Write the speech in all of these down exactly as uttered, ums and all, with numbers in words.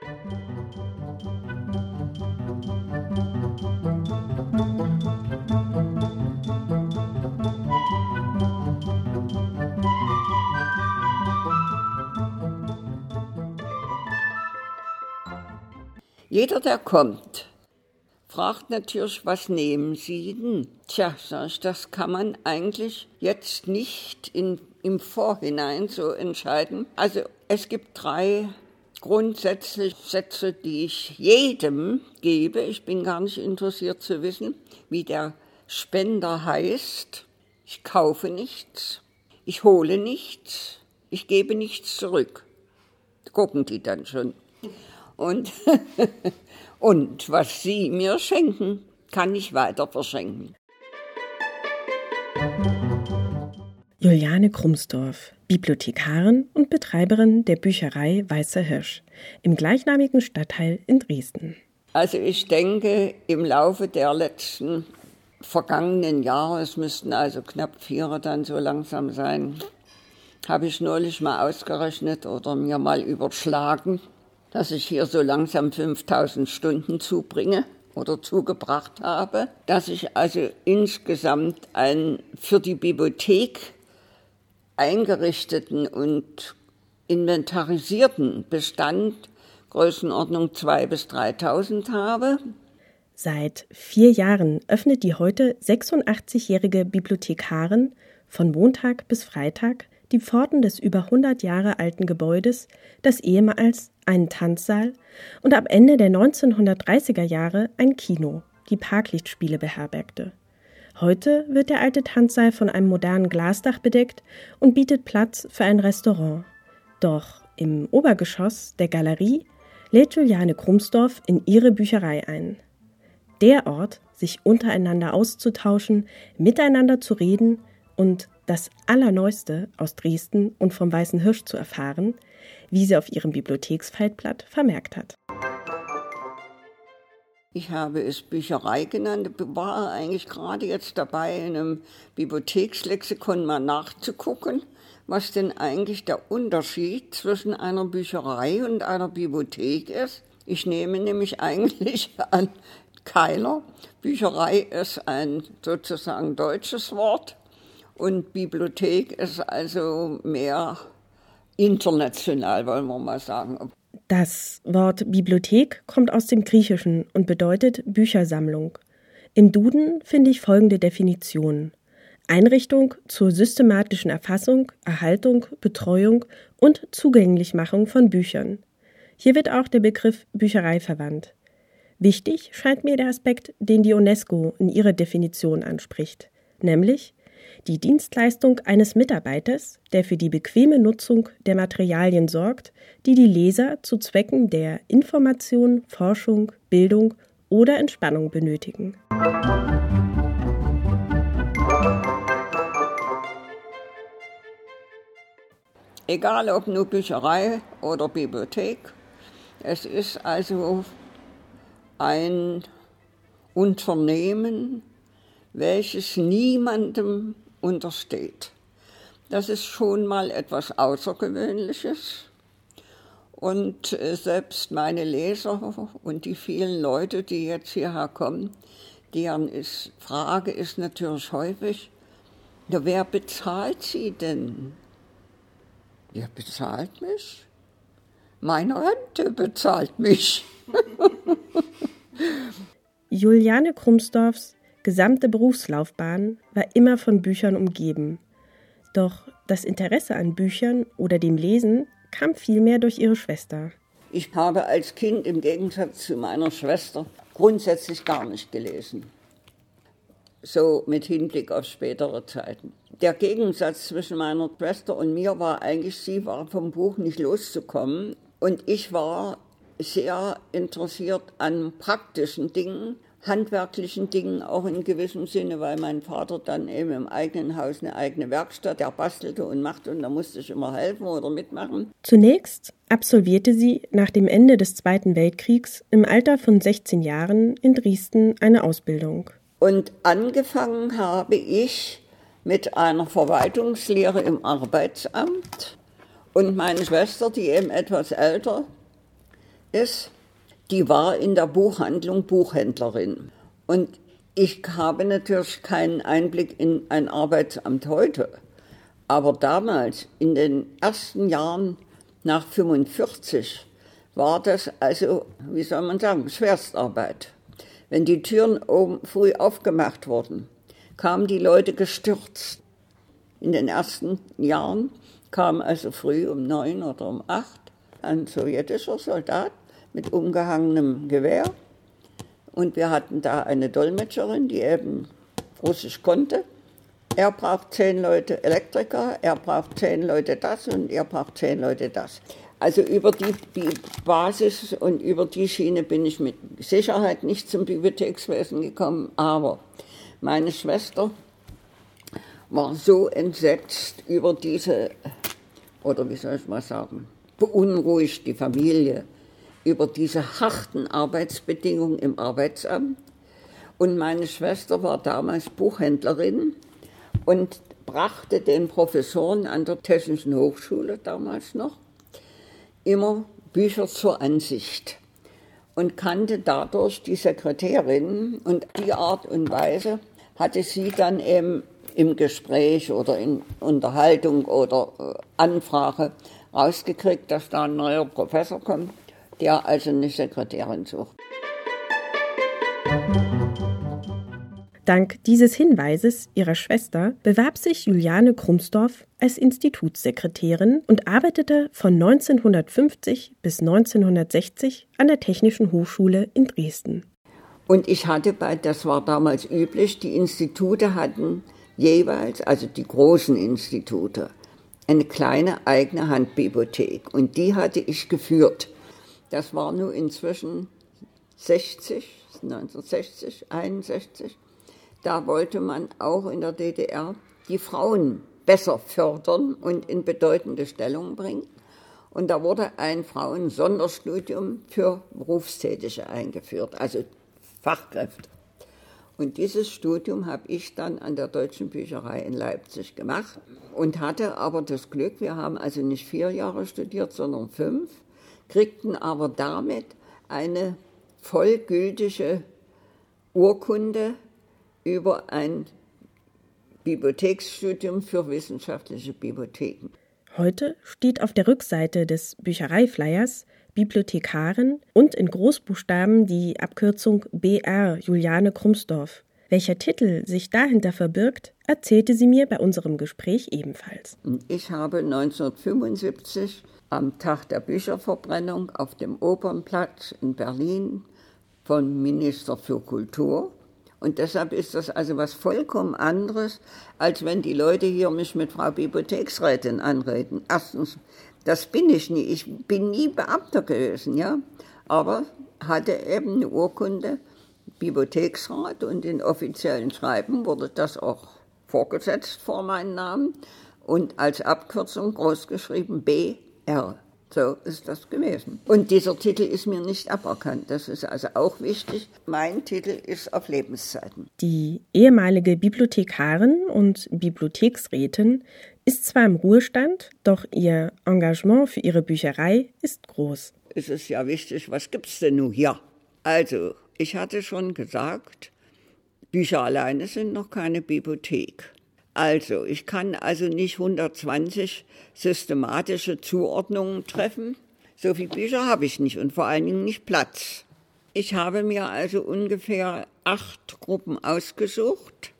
Jeder, der kommt, fragt natürlich, was nehmen Sie denn? Tja, sag ich, das kann man eigentlich jetzt nicht in, im Vorhinein so entscheiden. Also es gibt drei grundsätzliche Sätze, die ich jedem gebe. Ich bin gar nicht interessiert zu wissen, wie der Spender heißt. Ich kaufe nichts, ich hole nichts, ich gebe nichts zurück. Gucken die dann schon. Und, und was Sie mir schenken, kann ich weiter verschenken. Juliane Krumsdorf, Bibliothekarin und Betreiberin der Bücherei Weißer Hirsch im gleichnamigen Stadtteil in Dresden. Also ich denke, im Laufe der letzten vergangenen Jahre, es müssten also knapp vier dann so langsam sein, habe ich neulich mal ausgerechnet oder mir mal überschlagen, dass ich hier so langsam fünftausend Stunden zubringe oder zugebracht habe, dass ich also insgesamt einen für die Bibliothek eingerichteten und inventarisierten Bestand Größenordnung zweitausend bis dreitausend habe. Seit vier Jahren öffnet die heute sechsundachtzigjährige Bibliothekarin von Montag bis Freitag die Pforten des über hundert Jahre alten Gebäudes, das ehemals einen Tanzsaal und ab Ende der neunzehnhundertdreißiger Jahre ein Kino, die Parklichtspiele beherbergte. Heute wird der alte Tanzsaal von einem modernen Glasdach bedeckt und bietet Platz für ein Restaurant. Doch im Obergeschoss der Galerie lädt Juliane Krumsdorf in ihre Bücherei ein. Der Ort, sich untereinander auszutauschen, miteinander zu reden und das Allerneueste aus Dresden und vom Weißen Hirsch zu erfahren, wie sie auf ihrem Bibliotheksfaltblatt vermerkt hat. Ich habe es Bücherei genannt, war eigentlich gerade jetzt dabei, in einem Bibliothekslexikon mal nachzugucken, was denn eigentlich der Unterschied zwischen einer Bücherei und einer Bibliothek ist. Ich nehme nämlich eigentlich an keiner. Bücherei ist ein sozusagen deutsches Wort. Und Bibliothek ist also mehr international, wollen wir mal sagen. Das Wort Bibliothek kommt aus dem Griechischen und bedeutet Büchersammlung. Im Duden finde ich folgende Definition: Einrichtung zur systematischen Erfassung, Erhaltung, Betreuung und Zugänglichmachung von Büchern. Hier wird auch der Begriff Bücherei verwandt. Wichtig scheint mir der Aspekt, den die UNESCO in ihrer Definition anspricht, nämlich die Dienstleistung eines Mitarbeiters, der für die bequeme Nutzung der Materialien sorgt, die die Leser zu Zwecken der Information, Forschung, Bildung oder Entspannung benötigen. Egal ob nur Bücherei oder Bibliothek, es ist also ein Unternehmen, welches niemandem untersteht. Das ist schon mal etwas Außergewöhnliches. Und äh, selbst meine Leser und die vielen Leute, die jetzt hierher kommen, deren ist, Frage ist natürlich häufig, ja, wer bezahlt Sie denn? Wer bezahlt mich? Meine Rente bezahlt mich. Juliane Krumsdorfs gesamte Berufslaufbahn war immer von Büchern umgeben. Doch das Interesse an Büchern oder dem Lesen kam vielmehr durch ihre Schwester. Ich habe als Kind im Gegensatz zu meiner Schwester grundsätzlich gar nicht gelesen. So mit Hinblick auf spätere Zeiten. Der Gegensatz zwischen meiner Schwester und mir war eigentlich, sie war vom Buch nicht loszukommen und ich war sehr interessiert an praktischen Dingen, handwerklichen Dingen auch in gewissem Sinne, weil mein Vater dann eben im eigenen Haus eine eigene Werkstatt, der bastelte und machte und da musste ich immer helfen oder mitmachen. Zunächst absolvierte sie nach dem Ende des Zweiten Weltkriegs im Alter von sechzehn Jahren in Dresden eine Ausbildung. Und angefangen habe ich mit einer Verwaltungslehre im Arbeitsamt und meine Schwester, die eben etwas älter ist, die war in der Buchhandlung Buchhändlerin. Und ich habe natürlich keinen Einblick in ein Arbeitsamt heute. Aber damals, in den ersten Jahren nach fünfundvierzig, war das also, wie soll man sagen, Schwerstarbeit. Wenn die Türen oben früh aufgemacht wurden, kamen die Leute gestürzt. In den ersten Jahren kam also früh um neun oder um acht ein sowjetischer Soldat mit umgehangenem Gewehr. Und wir hatten da eine Dolmetscherin, die eben Russisch konnte. Er braucht zehn Leute Elektriker, er braucht zehn Leute das und er braucht zehn Leute das. Also über die, die Basis und über die Schiene bin ich mit Sicherheit nicht zum Bibliothekswesen gekommen, aber meine Schwester war so entsetzt über diese, oder wie soll ich mal sagen, beunruhigt die Familie, über diese harten Arbeitsbedingungen im Arbeitsamt. Und meine Schwester war damals Buchhändlerin und brachte den Professoren an der Technischen Hochschule damals noch immer Bücher zur Ansicht und kannte dadurch die Sekretärin und die Art und Weise hatte sie dann eben im Gespräch oder in Unterhaltung oder äh, Anfrage rausgekriegt, dass da ein neuer Professor kommt, der also eine Sekretärin sucht. Dank dieses Hinweises ihrer Schwester bewarb sich Juliane Krumsdorf als Institutssekretärin und arbeitete von neunzehnhundertfünfzig bis neunzehnhundertsechzig an der Technischen Hochschule in Dresden. Und ich hatte bei, das war damals üblich, die Institute hatten jeweils, also die großen Institute, eine kleine eigene Handbibliothek. Und die hatte ich geführt. Das war nun inzwischen sechzig, neunzehnhundertsechzig, einundsechzig. Da wollte man auch in der D D R die Frauen besser fördern und in bedeutende Stellungen bringen. Und da wurde ein Frauen-Sonderstudium für Berufstätige eingeführt, also Fachkräfte. Und dieses Studium habe ich dann an der Deutschen Bücherei in Leipzig gemacht und hatte aber das Glück, wir haben also nicht vier Jahre studiert, sondern fünf, kriegten aber damit eine vollgültige Urkunde über ein Bibliotheksstudium für wissenschaftliche Bibliotheken. Heute steht auf der Rückseite des Büchereiflyers Bibliothekarin und in Großbuchstaben die Abkürzung B R Juliane Krumsdorf. Welcher Titel sich dahinter verbirgt, erzählte sie mir bei unserem Gespräch ebenfalls. Ich habe neunzehnhundertfünfundsiebzig am Tag der Bücherverbrennung auf dem Opernplatz in Berlin vom Minister für Kultur. Und deshalb ist das also was vollkommen anderes, als wenn die Leute hier mich mit Frau Bibliotheksrätin anreden. Erstens, das bin ich nie. Ich bin nie Beamter gewesen, ja. Aber hatte eben eine Urkunde, Bibliotheksrat, und in offiziellen Schreiben wurde das auch vorgesetzt vor meinem Namen und als Abkürzung großgeschrieben B R. So ist das gewesen. Und dieser Titel ist mir nicht aberkannt. Das ist also auch wichtig. Mein Titel ist auf Lebenszeiten. Die ehemalige Bibliothekarin und Bibliotheksrätin ist zwar im Ruhestand, doch ihr Engagement für ihre Bücherei ist groß. Es ist ja wichtig, was gibt's denn nun hier? Also, ich hatte schon gesagt, Bücher alleine sind noch keine Bibliothek. Also, ich kann also nicht hundertzwanzig systematische Zuordnungen treffen. So viele Bücher habe ich nicht und vor allen Dingen nicht Platz. Ich habe mir also ungefähr acht Gruppen ausgesucht.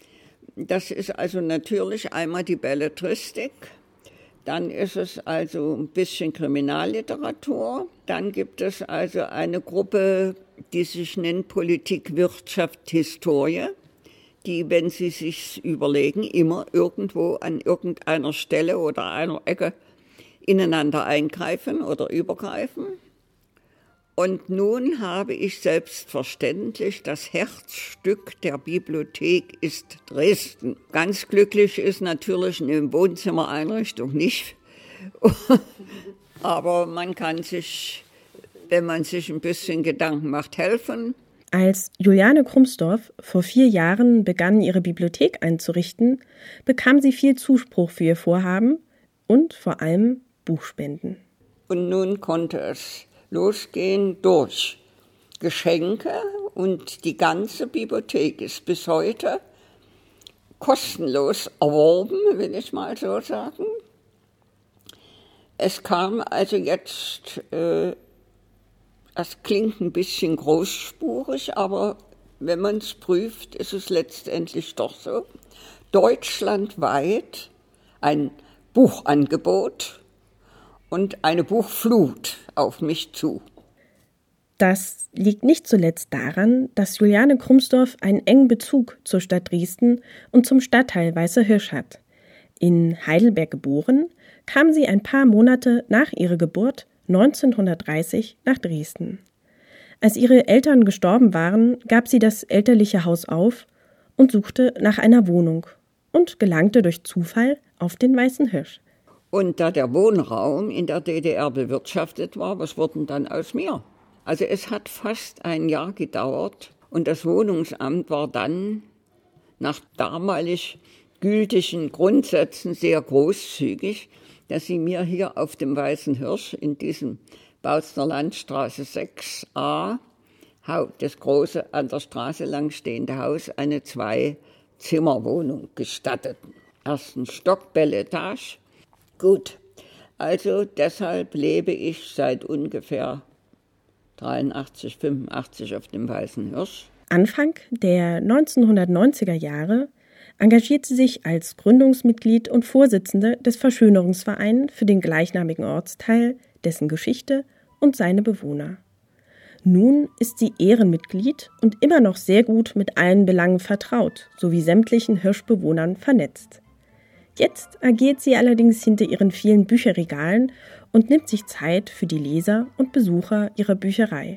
Das ist also natürlich einmal die Belletristik, dann ist es also ein bisschen Kriminalliteratur, dann gibt es also eine Gruppe, die sich nennt Politik, Wirtschaft, Historie, die, wenn Sie sich überlegen, immer irgendwo an irgendeiner Stelle oder einer Ecke ineinander eingreifen oder übergreifen. Und nun habe ich selbstverständlich, das Herzstück der Bibliothek ist Dresden. Ganz glücklich ist natürlich eine Wohnzimmereinrichtung nicht, aber man kann sich, wenn man sich ein bisschen Gedanken macht, helfen. Als Juliane Krumsdorf vor vier Jahren begann, ihre Bibliothek einzurichten, bekam sie viel Zuspruch für ihr Vorhaben und vor allem Buchspenden. Und nun konnte es losgehen durch Geschenke und die ganze Bibliothek ist bis heute kostenlos erworben, will ich mal so sagen. Es kam also jetzt, äh, das klingt ein bisschen großspurig, aber wenn man es prüft, ist es letztendlich doch so, deutschlandweit ein Buchangebot und eine Buchflut auf mich zu. Das liegt nicht zuletzt daran, dass Juliane Krumsdorf einen engen Bezug zur Stadt Dresden und zum Stadtteil Weißer Hirsch hat. In Heidelberg geboren, kam sie ein paar Monate nach ihrer Geburt neunzehnhundertdreißig nach Dresden. Als ihre Eltern gestorben waren, gab sie das elterliche Haus auf und suchte nach einer Wohnung und gelangte durch Zufall auf den Weißen Hirsch. Und da der Wohnraum in der D D R bewirtschaftet war, was wurde denn dann aus mir? Also es hat fast ein Jahr gedauert und das Wohnungsamt war dann nach damalig gültigen Grundsätzen sehr großzügig, dass sie mir hier auf dem Weißen Hirsch in diesem Bautzner Landstraße sechs a, das große an der Straße lang stehende Haus, eine Zwei-Zimmer-Wohnung gestatteten. Ersten Stock, Belle Etage. Gut, also deshalb lebe ich seit ungefähr dreiundachtzig, fünfundachtzig auf dem Weißen Hirsch. Anfang der neunzehnhundertneunziger Jahre engagiert sie sich als Gründungsmitglied und Vorsitzende des Verschönerungsvereins für den gleichnamigen Ortsteil, dessen Geschichte und seine Bewohner. Nun ist sie Ehrenmitglied und immer noch sehr gut mit allen Belangen vertraut, sowie sämtlichen Hirschbewohnern vernetzt. Jetzt agiert sie allerdings hinter ihren vielen Bücherregalen und nimmt sich Zeit für die Leser und Besucher ihrer Bücherei.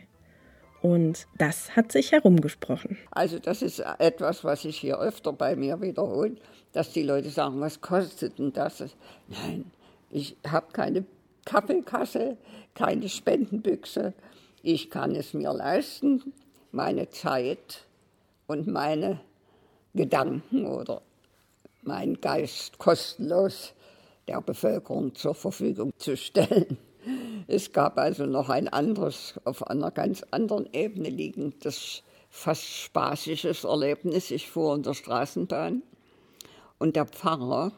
Und das hat sich herumgesprochen. Also das ist etwas, was ich hier öfter bei mir wiederhole, dass die Leute sagen, was kostet denn das? Nein, ich habe keine Kaffeekasse, keine Spendenbüchse. Ich kann es mir leisten, meine Zeit und meine Gedanken oder meinen Geist kostenlos der Bevölkerung zur Verfügung zu stellen. Es gab also noch ein anderes, auf einer ganz anderen Ebene liegendes, fast spaßiges Erlebnis. Ich fuhr in der Straßenbahn und der Pfarrer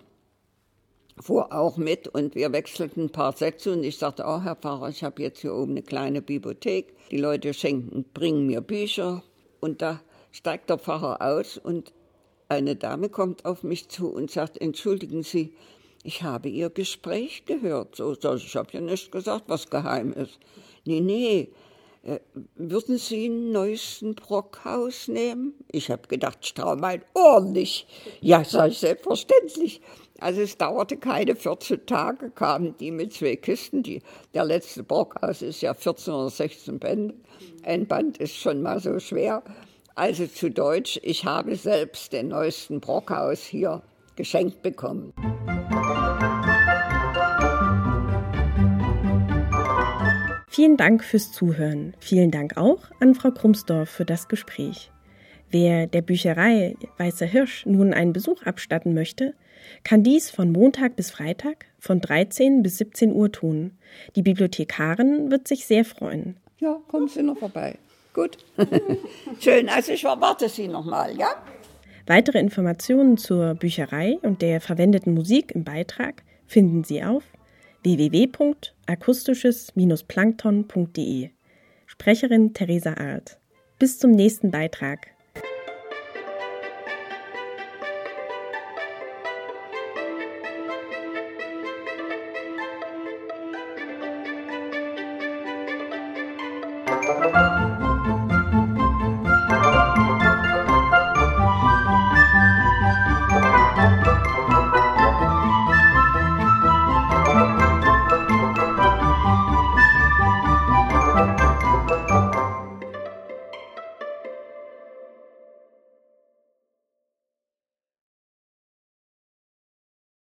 fuhr auch mit und wir wechselten ein paar Sätze und ich sagte, oh Herr Pfarrer, ich habe jetzt hier oben eine kleine Bibliothek, die Leute schenken, bringen mir Bücher und da steigt der Pfarrer aus und eine Dame kommt auf mich zu und sagt, entschuldigen Sie, ich habe Ihr Gespräch gehört. So, ich habe ja nicht gesagt, was geheim ist. Nee, nee, äh, würden Sie einen neuesten Brockhaus nehmen? Ich habe gedacht, ich traue mein Ohr nicht. Ja, sag ich, selbstverständlich. Also es dauerte keine vierzehn Tage, kamen die mit zwei Kisten. Die, der letzte Brockhaus ist ja vierzehn oder sechzehn Bände. Ein Band ist schon mal so schwer. Also zu Deutsch, ich habe selbst den neuesten Brockhaus hier geschenkt bekommen. Vielen Dank fürs Zuhören. Vielen Dank auch an Frau Krumsdorf für das Gespräch. Wer der Bücherei Weißer Hirsch nun einen Besuch abstatten möchte, kann dies von Montag bis Freitag von dreizehn bis siebzehn Uhr tun. Die Bibliothekarin wird sich sehr freuen. Ja, kommen Sie noch vorbei. Gut. Schön, also ich erwarte Sie nochmal, ja? Weitere Informationen zur Bücherei und der verwendeten Musik im Beitrag finden Sie auf w w w punkt akustisches Bindestrich plankton punkt de. Sprecherin Theresa Arlt. Bis zum nächsten Beitrag.